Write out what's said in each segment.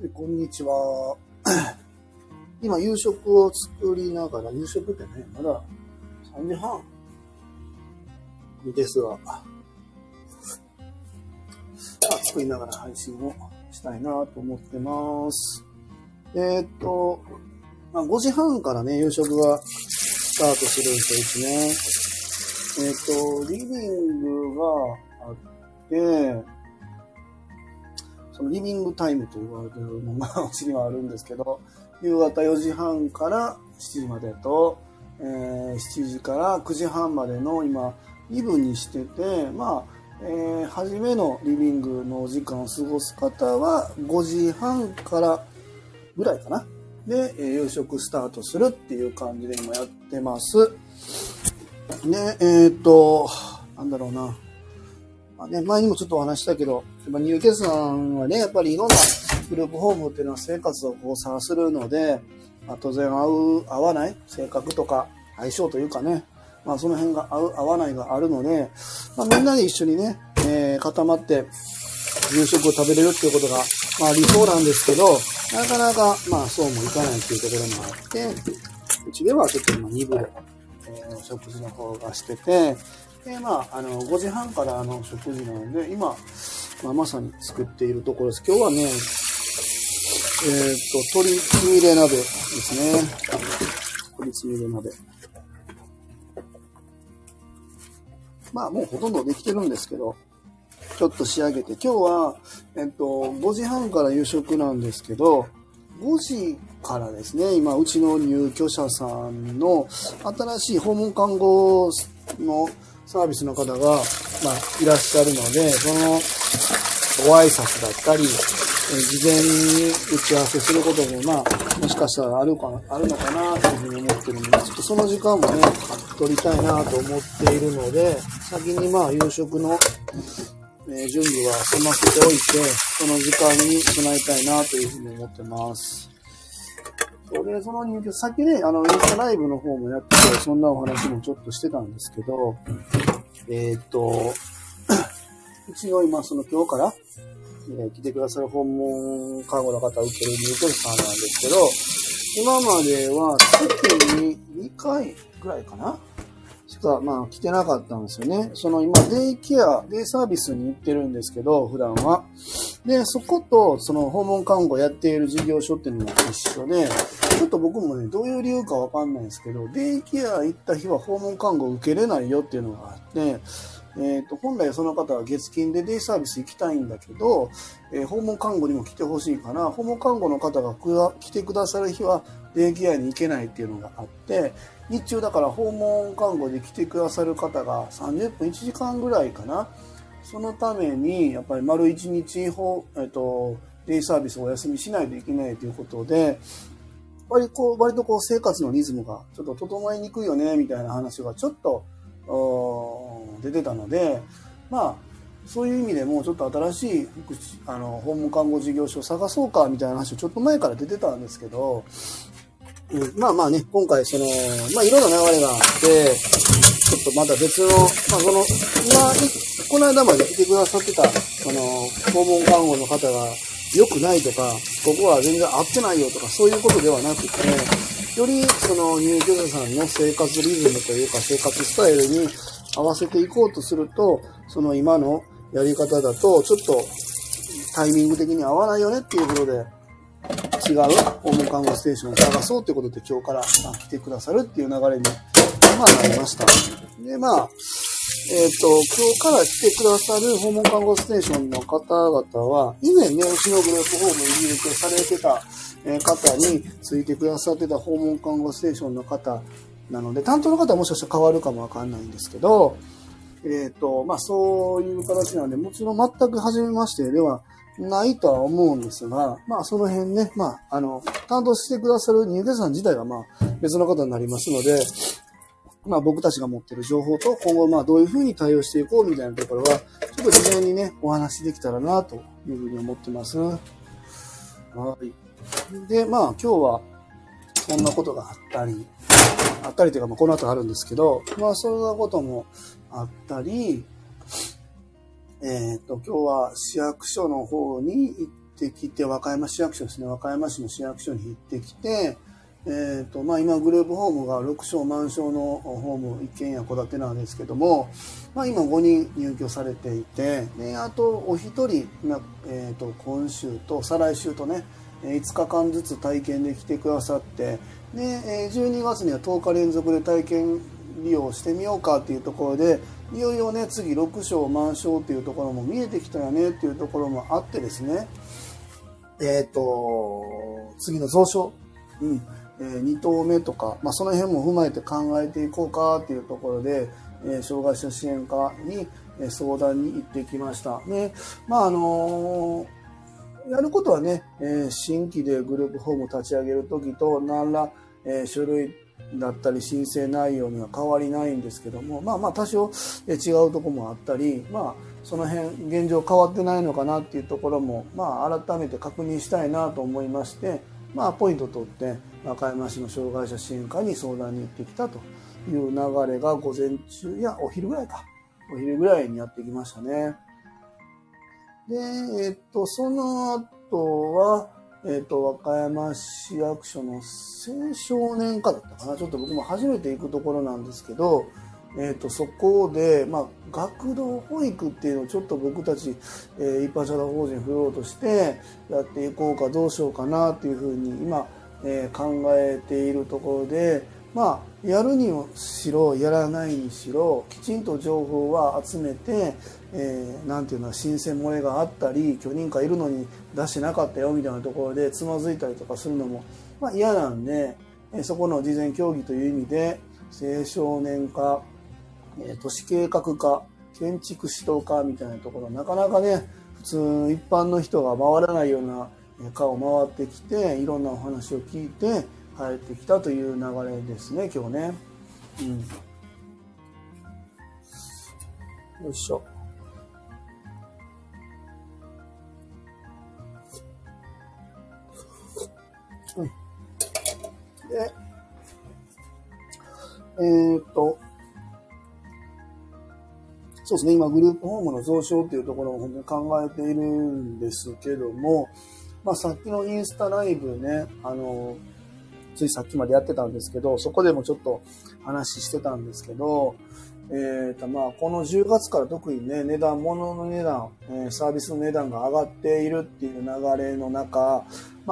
こんにちは。今、夕食を作りながら、夕食ってね、まだ3時半ですが、作りながら配信をしたいなと思ってます。5時半からね、夕食がスタートするんですよ、うちね。リビングがあって、そのリビングタイムと言われてるのがうちにはあるんですけど、夕方4時半から7時までと、7時から9時半までの今、2分にしてて、初めのリビングのお時間を過ごす方は5時半からぐらいかな。で、夕食スタートするっていう感じで今やってます。で、なんだろうな。前にもちょっとお話したけど、入居者さんはね、やっぱりいろんなグループホームっていうのは生活を交差するので、当然合わない性格とか相性というかね、その辺が合わないがあるので、みんなで一緒にね、固まって夕食を食べれるっていうことが、理想なんですけど、なかなか、そうもいかないっていうところもあって、うちではちょっと今2部で、食事の方がしてて、で、5時半からの食事なので、今、まさに作っているところです。今日はね、鶏つみれ鍋ですね。鶏つみれ鍋。もうほとんどできてるんですけど、ちょっと仕上げて、今日は、5時半から夕食なんですけど、5時からですね、今、うちの入居者さんの新しい訪問看護のサービスの方が、いらっしゃるので、そのご挨拶だったり、事前に打ち合わせすることも、もしかしたらあるのかなというふうに思ってるので、ちょっとその時間もね、取りたいなと思っているので、先に夕食の、準備は済ませておいて、その時間に備えたいなというふうに思ってます。で、その入居、さっきね、インスタライブの方もやってて、そんなお話もちょっとしてたんですけど、うちの今、今日から、来てくださる訪問看護の方を受ける入居者さんなんですけど、今までは月に2回ぐらいかなしか、来てなかったんですよね。今、デイケア、デイサービスに行ってるんですけど、普段は。で、そこと、訪問看護やっている事業所っていうのが一緒で、ちょっと僕もね、どういう理由かわかんないんですけど、デイケア行った日は訪問看護受けれないよっていうのがあって、本来その方は月金でデイサービス行きたいんだけど、訪問看護にも来てほしいから、訪問看護の方が来てくださる日はデイケアに行けないっていうのがあって、日中だから訪問看護で来てくださる方が30分1時間ぐらいかな。そのために、やっぱり丸1日、デイサービスをお休みしないといけないということで、割と生活のリズムがちょっと整いにくいよね、みたいな話がちょっと、出てたので、そういう意味でもちょっと新しい訪問看護事業所を探そうか、みたいな話をちょっと前から出てたんですけど、ね、今回いろんな流れがあって、ちょっとまた別の、この間まで来てくださってた、訪問看護の方が良くないとか、ここは全然合ってないよとか、そういうことではなくて、より入居者さんの生活リズムというか、生活スタイルに合わせていこうとすると、今のやり方だと、ちょっとタイミング的に合わないよねっていうことで、違う訪問看護ステーションを探そうということで今日から来てくださるっていう流れになりました。で、今日から来てくださる訪問看護ステーションの方々は、以前ね、うちのグループホームに入居されてた方についてくださってた訪問看護ステーションの方なので、担当の方はもしかしたら変わるかもわかんないんですけど、そういう形なので、もちろん全く初めましてではないとは思うんですが、その辺ね、担当してくださる入居者さん自体が別の方になりますので、僕たちが持っている情報と今後どういうふうに対応していこうみたいなところは、ちょっと事前にね、お話できたらなというふうに思ってます。はい。で、今日はそんなことがあったりというか、この後あるんですけど、そんなこともあったり、今日は市役所の方に行っってきて、和歌山市役所ですね。和歌山市の市役所に行ってきて、今グループホームが6床満床のホーム、一軒家戸建てなんですけども、今5人入居されていて、で、あとお一人、今週と再来週とね、5日間ずつ体験で来てくださって、で、12月には10日連続で体験利用してみようかっていうところで、いよいよね、次6床満床っていうところも見えてきたよねっていうところもあってですね、次の増床、2棟目とか、その辺も踏まえて考えていこうかっていうところで、障害者支援課に相談に行ってきました。ね、やることはね、新規でグループホームを立ち上げるときと何ら、書類だったり申請内容には変わりないんですけども、多少違うところもあったり、その辺現状変わってないのかなっていうところも、改めて確認したいなと思いまして、ポイントを取って和歌山市の障害者支援課に相談に行ってきたという流れが午前中やお昼ぐらいにやってきましたね。で、その後は、和歌山市役所の青少年課だったかな。ちょっと僕も初めて行くところなんですけど、そこで、学童保育っていうのをちょっと僕たち、一般社団法人振ろうとしてやっていこうかどうしようかなっていうふうに今、考えているところで、やるにしろやらないにしろきちんと情報は集めて、なんていうの申請漏れがあったり許認可いるのに出してなかったよみたいなところでつまずいたりとかするのも、嫌なんで、そこの事前協議という意味で青少年課、都市計画課、建築指導課みたいなところなかなかね普通一般の人が回らないような課を回ってきていろんなお話を聞いて帰ってきたという流れですね今日ね。よいしょ。で、そうですね、今グループホームの増床っていうところを本当に考えているんですけども、さっきのインスタライブね、ついさっきまでやってたんですけど、そこでもちょっと話してたんですけど、この10月から特にね、物の値段、サービスの値段が上がっているっていう流れの中、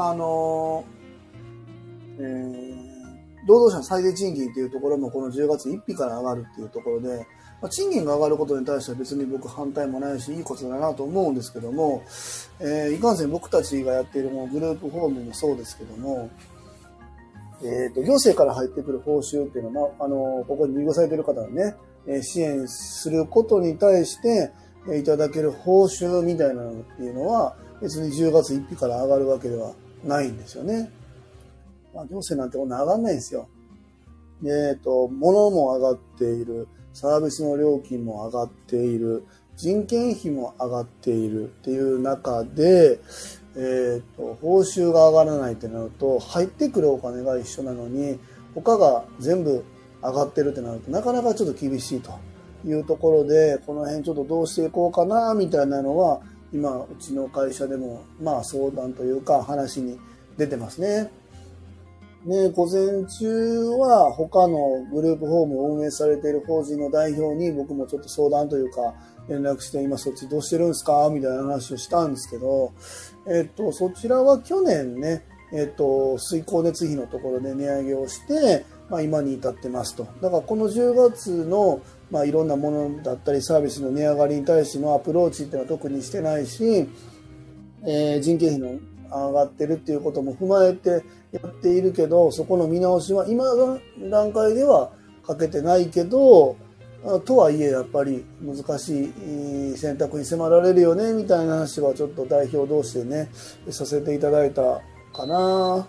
労働者最低賃金っていうところもこの10月1日から上がるっていうところで、賃金が上がることに対しては別に僕反対もないしいいことだなと思うんですけども、いかんせん僕たちがやっているグループホームもそうですけども、行政から入ってくる報酬っていうのは、ここに入居されている方のね、支援することに対していただける報酬みたいなのっていうのは別に10月1日から上がるわけではないんですよね。行政なんてこんな上がんないんですよ。物も上がっている。サービスの料金も上がっている。人件費も上がっているっていう中で、報酬が上がらないってなると、入ってくるお金が一緒なのに、他が全部上がってるってなると、なかなかちょっと厳しいというところで、この辺ちょっとどうしていこうかな、みたいなのは、今、うちの会社でも、相談というか話に出てますね。午前中は他のグループホームを運営されている法人の代表に僕もちょっと相談というか連絡して今そっちどうしてるんですかみたいな話をしたんですけど、そちらは去年ね、水光熱費のところで値上げをして、今に至ってますと。だからこの10月のいろんなものだったりサービスの値上がりに対してのアプローチっていうのは特にしてないし、人件費の上がってるっていうことも踏まえてやっているけど、そこの見直しは今の段階ではかけてないけど、とはいえやっぱり難しい選択に迫られるよねみたいな話はちょっと代表同士でねさせていただいたかな。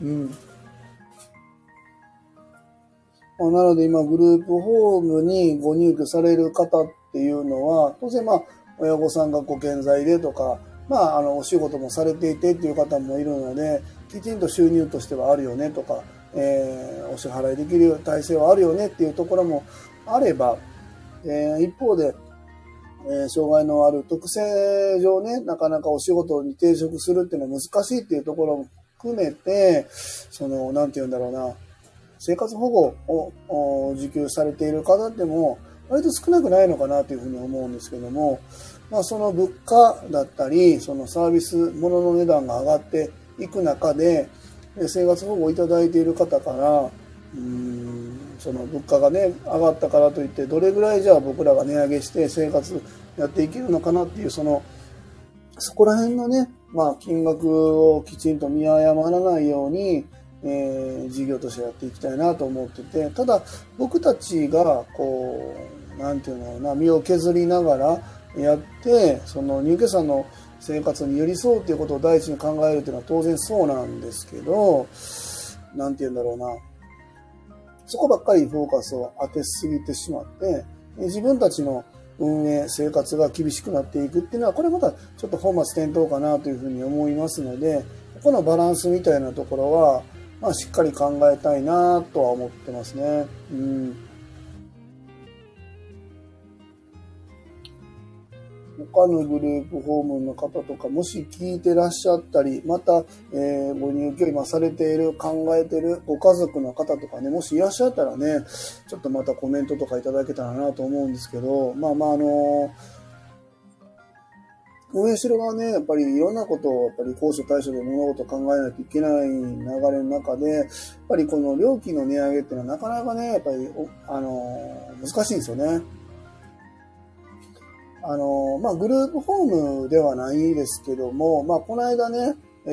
なので今グループホームにご入居される方っていうのは当然親御さんがご健在でとかお仕事もされていてっていう方もいるので、きちんと収入としてはあるよねとか、お支払いできる体制はあるよねっていうところもあれば、一方で、 障害のある特性上ね、なかなかお仕事に定職するっていうのは難しいっていうところも含めて、なんて言うんだろうな、生活保護を受給されている方でも、割と少なくないのかなというふうに思うんですけども、その物価だったり、そのサービス、物の値段が上がっていく中で、生活保護をいただいている方から、その物価がね、上がったからといって、どれぐらいじゃあ僕らが値上げして生活やっていけるのかなっていう、そこら辺のね、金額をきちんと見誤らないように、事業としてやっていきたいなと思ってて、ただ僕たちがなんていうのな、身を削りながらやって、その入居者の生活に寄り添うっていうことを第一に考えるっていうのは当然そうなんですけど、なんていうんだろうな、そこばっかりフォーカスを当てすぎてしまって、自分たちの運営、生活が厳しくなっていくっていうのは、これまたちょっと本末転倒かなというふうに思いますので、ここのバランスみたいなところは、しっかり考えたいなとは思ってますね。他のグループ訪問の方とか、もし聞いてらっしゃったり、また、ご入居今されている、考えているご家族の方とかね、もしいらっしゃったらね、ちょっとまたコメントとかいただけたらなと思うんですけど、運営しろがね、やっぱりいろんなことを、やっぱり高所対処で物事を考えないといけない流れの中で、やっぱりこの料金の値上げっていうのはなかなかね、やっぱり、難しいんですよね。グループホームではないですけども、この間ね、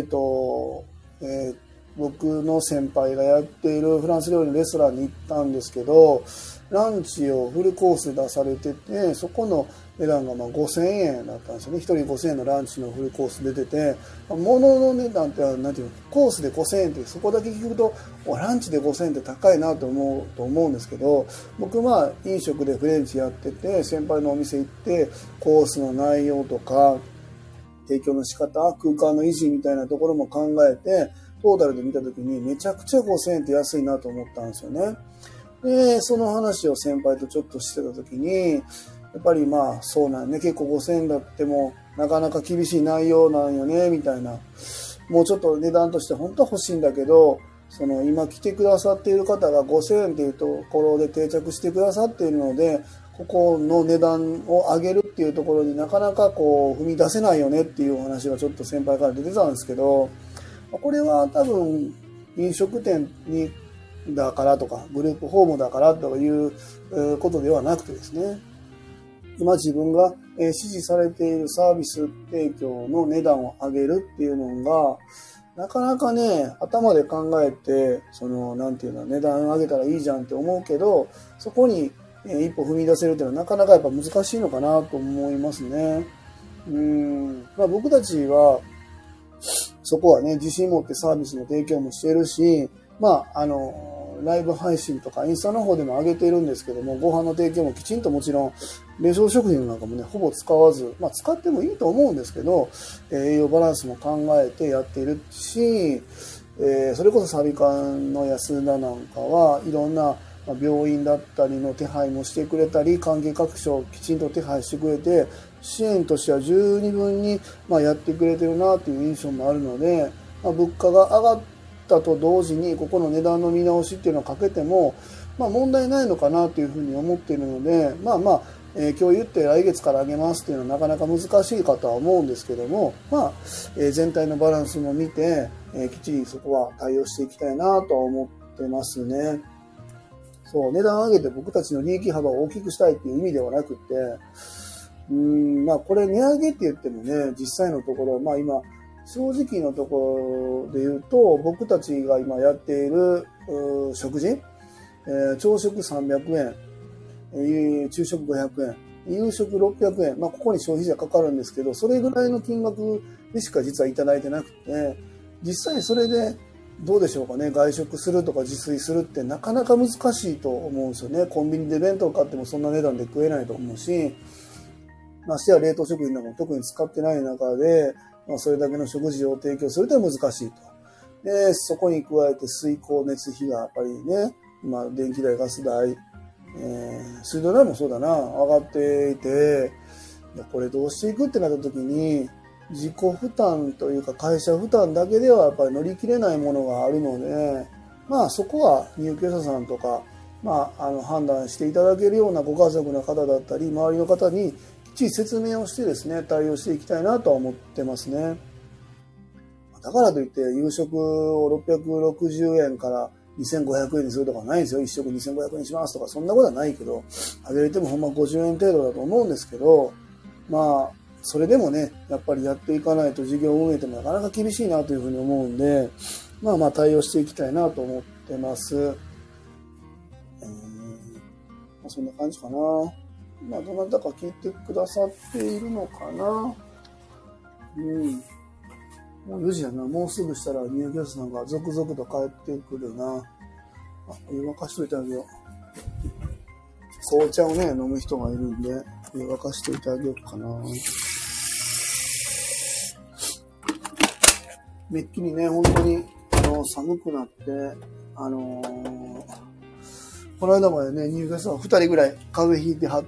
僕の先輩がやっているフランス料理のレストランに行ったんですけど、ランチをフルコースで出されてて、そこの値段が5000円だったんですよね。1人5000円のランチのフルコース出てて、物の値段って、なんていうの、コースで5000円って、そこだけ聞くと、ランチで5000円って高いなと思うんですけど、僕飲食でフレンチやってて、先輩のお店行って、コースの内容とか、提供の仕方、空間の維持みたいなところも考えて、トータルで見たときにめちゃくちゃ5000円って安いなと思ったんですよね。で、その話を先輩とちょっとしてたときに、やっぱりそうなんね、結構5000円だってもなかなか厳しい内容なんよね、みたいな。もうちょっと値段として本当は欲しいんだけど、今来てくださっている方が5000円っていうところで定着してくださっているので、ここの値段を上げるっていうところになかなか踏み出せないよねっていうお話がちょっと先輩から出てたんですけど、これは多分飲食店だからとか、グループホームだからということではなくてですね、今自分が支持されているサービス提供の値段を上げるっていうのが、なかなかね、頭で考えて、なんていうの、値段上げたらいいじゃんって思うけど、そこに一歩踏み出せるっていうのはなかなかやっぱ難しいのかなと思いますね。僕たちは、そこはね、自信持ってサービスの提供もしてるし、ライブ配信とかインスタの方でも上げているんですけども、ご飯の提供もきちんともちろん、冷凍食品なんかもね、ほぼ使わず、使ってもいいと思うんですけど、栄養バランスも考えてやっているし、それこそサビ館の安田なんかはいろんな病院だったりの手配もしてくれたり、関係各所をきちんと手配してくれて、支援としては十二分にやってくれてるなという印象もあるので、物価が上がったと同時にここの値段の見直しっていうのをかけても、問題ないのかなというふうに思っているので、今日言って来月から上げますっていうのはなかなか難しいかとは思うんですけども、全体のバランスも見て、きっちりそこは対応していきたいなとは思ってますね。そう、値段を上げて僕たちの利益幅を大きくしたいっていう意味ではなくて、これ値上げって言ってもね、実際のところ、今、正直のところで言うと、僕たちが今やっている食事、朝食300円、昼食500円、夕食600円、ここに消費税かかるんですけど、それぐらいの金額でしか実はいただいてなくて、実際それでどうでしょうかね、外食するとか自炊するってなかなか難しいと思うんですよね。コンビニで弁当買ってもそんな値段で食えないと思うし、ましてや冷凍食品なんかも特に使ってない中で、それだけの食事を提供するというのは難しいと。で、そこに加えて水光熱費がやっぱりね、今電気代、ガス代、水道代もそうだな、上がっていて、 これどうしていくってなった時に、自己負担というか会社負担だけではやっぱり乗り切れないものがあるので、まあそこは入居者さんとか、判断していただけるようなご家族の方だったり、周りの方にきっちり説明をしてですね、対応していきたいなとは思ってますね。だからといって夕食を660円から2500円にするとかないんですよ。一食2500円にしますとか、そんなことはないけど、あげれてもほんま50円程度だと思うんですけど、それでもね、やっぱりやっていかないと事業運営ってもなかなか厳しいなというふうに思うんで、対応していきたいなと思ってます。そんな感じかな。どなたか聞いてくださっているのかな。もう4時やな。もうすぐしたら入居者さんが続々と帰ってくるな。お湯沸かしといてあげよう。紅茶をね、飲む人がいるんで、お湯沸かしといてあげようかな。めっきりね、本当に寒くなって、この間までね、入居者さん2人ぐらい風邪ひいてはって、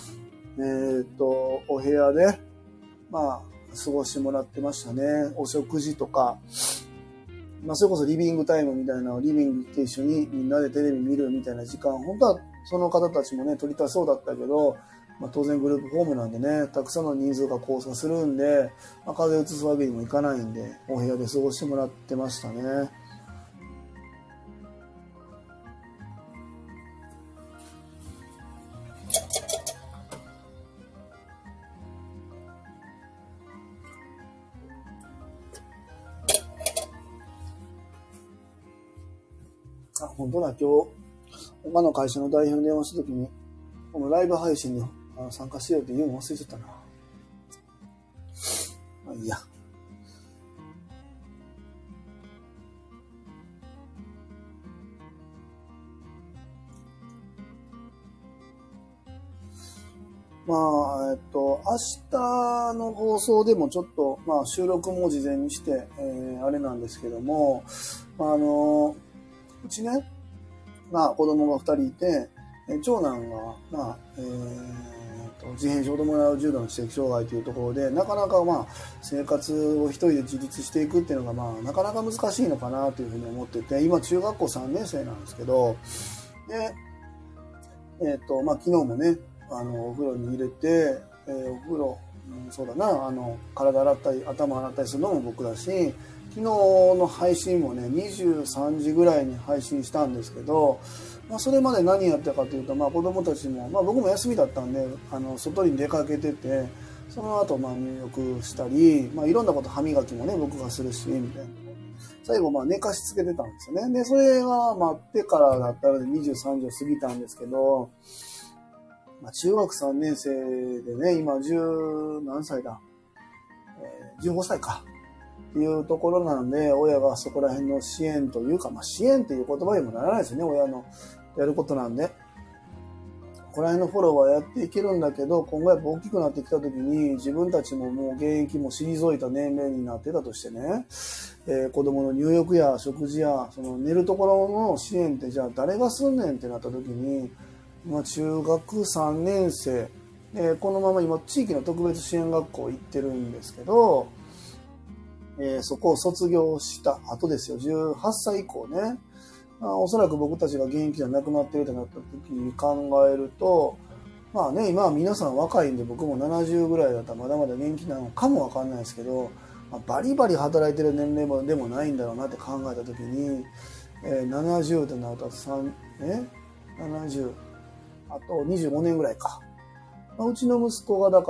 お部屋で、過ごしてもらってましたね。お食事とか、それこそリビングタイムみたいなのをリビング行って一緒にみんなでテレビ見るみたいな時間、本当はその方たちもね、取りたそうだったけど、当然グループホームなんでね、たくさんの人数が交差するんで、風邪を移すわけにもいかないんで、お部屋で過ごしてもらってましたね。本当だ、今日、他の会社の代表に電話したときに、このライブ配信に参加しようって言うの忘れちゃったな。いいや。明日の放送でもちょっと、収録も事前にして、あれなんですけども、うちね、子供が2人いて、長男が、自閉症ともらう重度の知的障害というところで、なかなか生活を一人で自立していくっていうのがなかなか難しいのかなというふうに思ってて、今中学校3年生なんですけど、で、昨日もね、お風呂に入れて、お風呂、そうだな、体洗ったり、頭洗ったりするのも僕だし、昨日の配信もね、23時ぐらいに配信したんですけど、それまで何やったかというと、子供たちも、僕も休みだったんで、外に出かけてて、その後、入浴したり、いろんなこと、歯磨きもね、僕がするし、みたいな。最後、寝かしつけてたんですよね。で、それが待ってからだったので23時を過ぎたんですけど、中学3年生でね、今何歳だ、15歳か。っていうところなので、親がそこら辺の支援というか、支援っていう言葉にもならないですよね、親のやることなんで。ここら辺のフォローはやっていけるんだけど、今後やっぱ大きくなってきた時に、自分たちももう現役も退いた年齢になってたとしてね、子供の入浴や食事や、その寝るところの支援ってじゃあ誰がすんねんってなった時に、中学3年生、このまま今地域の特別支援学校行ってるんですけど、そこを卒業した後ですよ、18歳以降ね、おそらく僕たちが現役じゃなくなってるってなった時に考えると、今は皆さん若いんで僕も70ぐらいだったらまだまだ元気なのかもわかんないですけど、バリバリ働いてる年齢でもないんだろうなって考えた時に、70ってなると70、あと25年ぐらいか。うちの息子がだから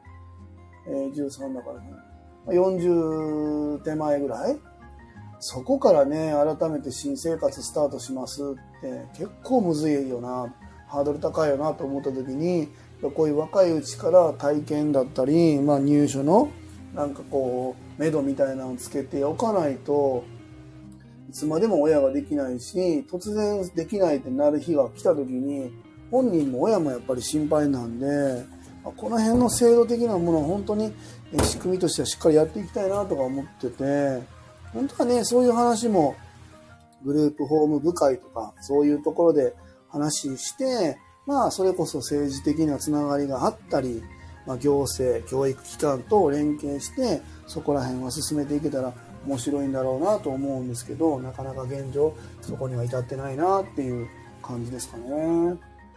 、13だからね。40手前ぐらい、そこからね、改めて新生活スタートしますって結構むずいよな、ハードル高いよなと思った時に、こういう若いうちから体験だったり、入所の目処みたいなのをつけておかないといつまでも親ができないし、突然できないってなる日が来た時に本人も親もやっぱり心配なんで、この辺の制度的なものを本当に仕組みとしてはしっかりやっていきたいなとか思ってて、本当はね、そういう話もグループホーム部会とかそういうところで話して、それこそ政治的なつながりがあったり、 行政、教育機関と連携して、そこら辺は進めていけたら面白いんだろうなと思うんですけど、なかなか現状、そこには至ってないなっていう感じですかね。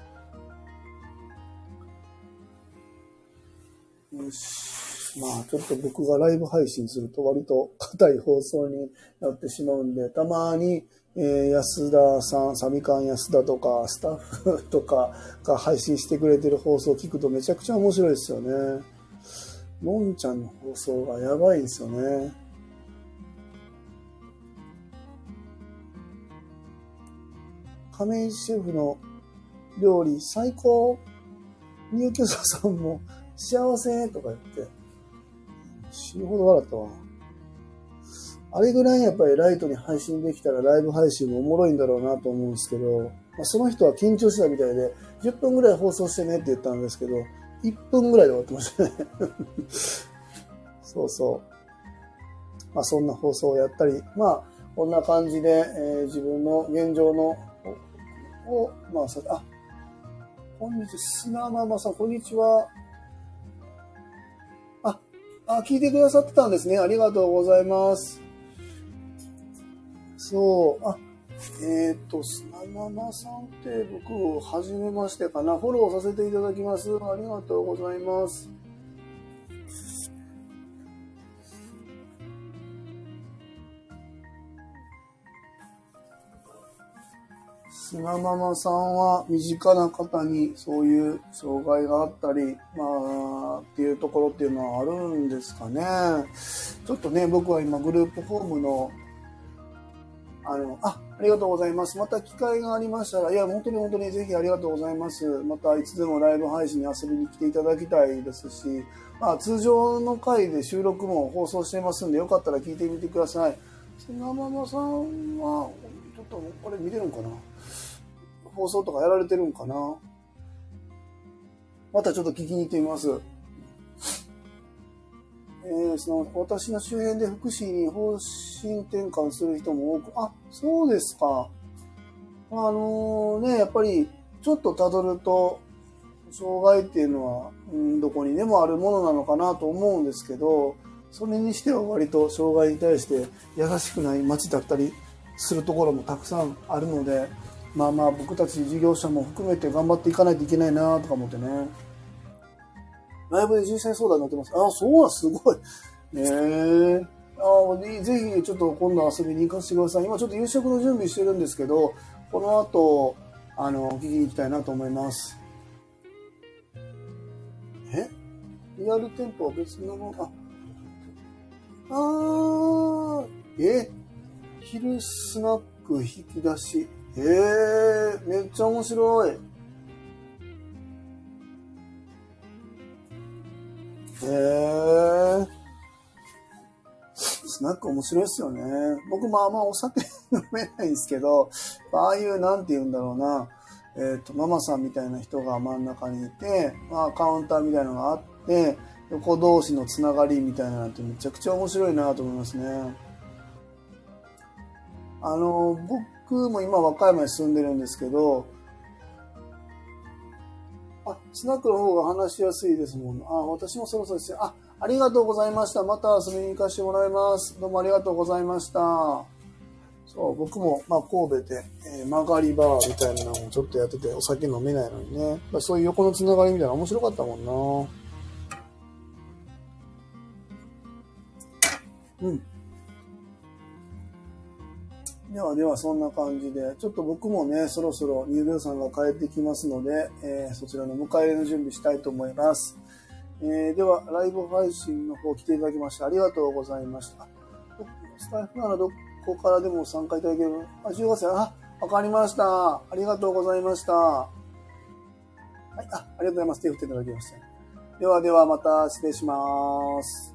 よし。ちょっと僕がライブ配信すると割と硬い放送になってしまうんで、たまに、安田さん、サビカン安田とか、スタッフとかが配信してくれてる放送を聞くとめちゃくちゃ面白いですよね。のんちゃんの放送がやばいんですよね。亀井シェフの料理最高。入居者さんも幸せとか言って、死ぬほど笑ったわ。あれぐらいやっぱりライトに配信できたらライブ配信もおもろいんだろうなと思うんですけど、その人は緊張したみたいで、10分ぐらい放送してねって言ったんですけど、1分ぐらいで終わってましたね。そうそう。そんな放送をやったり、こんな感じで、自分の現状の、こんにちは、砂ママさん、こんにちは。聞いてくださってたんですね。ありがとうございます。そう、砂ママさんって僕、はじめましてかな。フォローさせていただきます。ありがとうございます。砂ママさんは身近な方にそういう障害があったり、っていうところっていうのはあるんですかね。ちょっとね、僕は今グループホームのありがとうございます。また機会がありましたら、いや、本当にぜひありがとうございます。またいつでもライブ配信に遊びに来ていただきたいですし、通常の回で収録も放送してますんで、よかったら聞いてみてください。砂ママさんは、ちょっとこれ見てるんかな？放送とかやられてるんかな？またちょっと聞きに行ってみます。私の周辺で福祉に方針転換する人も多く、そうですか。やっぱりちょっと辿ると、障害っていうのは、どこにでもあるものなのかなと思うんですけど、それにしては割と障害に対して優しくない街だったりするところもたくさんあるので、僕たち事業者も含めて頑張っていかないといけないなとか思ってね。ライブで人生相談になってます。そうはすごい。ぜひちょっと今度遊びに行かせてください。今ちょっと夕食の準備してるんですけど、この後、聞きに行きたいなと思います。リアル店舗は別のもの、昼スナック引き出し。めっちゃ面白い。スナック面白いですよね。僕お酒飲めないんですけど、ああいうなんて言うんだろうな、ママさんみたいな人が真ん中にいて、カウンターみたいなのがあって、横同士のつながりみたいなのってめちゃくちゃ面白いなと思いますね。僕も今和歌山に住んでるんですけど、スナックの方が話しやすいですもん。私もそろそろですよ。ありがとうございました。また遊びに行かせてもらいます。どうもありがとうございました。そう、僕も、神戸で、曲がりバーみたいなのをちょっとやってて、お酒飲めないのにね。そういう横のつながりみたいなの面白かったもんな。ではそんな感じで、ちょっと僕もね、そろそろ入部さんが帰ってきますので、そちらの迎え入れの準備したいと思います。では、ライブ配信の方来ていただきましてありがとうございました。スタイフならどこからでも参加いただける15歳、わかりました。ありがとうございました。はい、ありがとうございます。手振っていただきました。ではまた失礼します。